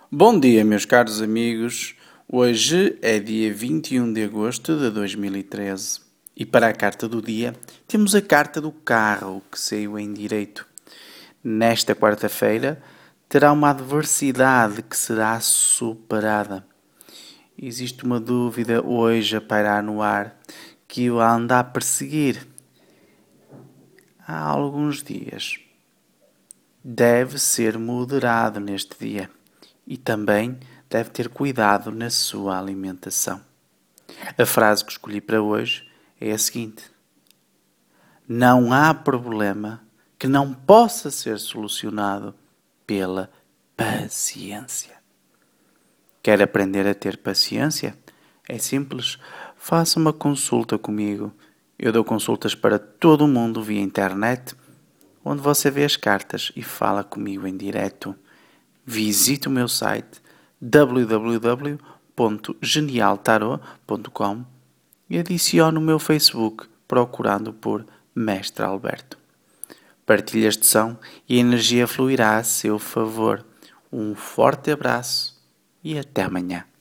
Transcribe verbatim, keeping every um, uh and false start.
Bom dia, meus caros amigos. Hoje é dia vinte e um de agosto de dois mil e treze e para a carta do dia temos a carta do carro que saiu em direito. Nesta quarta-feira terá uma adversidade que será superada. Existe uma dúvida hoje a pairar no ar que o anda a perseguir há alguns dias. Deve ser moderado neste dia e também deve ter cuidado na sua alimentação. A frase que escolhi para hoje é a seguinte: não há problema que não possa ser solucionado pela paciência. Quer aprender a ter paciência? É simples. Faça uma consulta comigo. Eu dou consultas para todo o mundo via internet, onde você vê as cartas e fala comigo em direto. Visite o meu site w w w ponto genial tarot ponto com e adicione o meu Facebook procurando por Mestre Alberto. Partilhe este som e a energia fluirá a seu favor. Um forte abraço e até amanhã.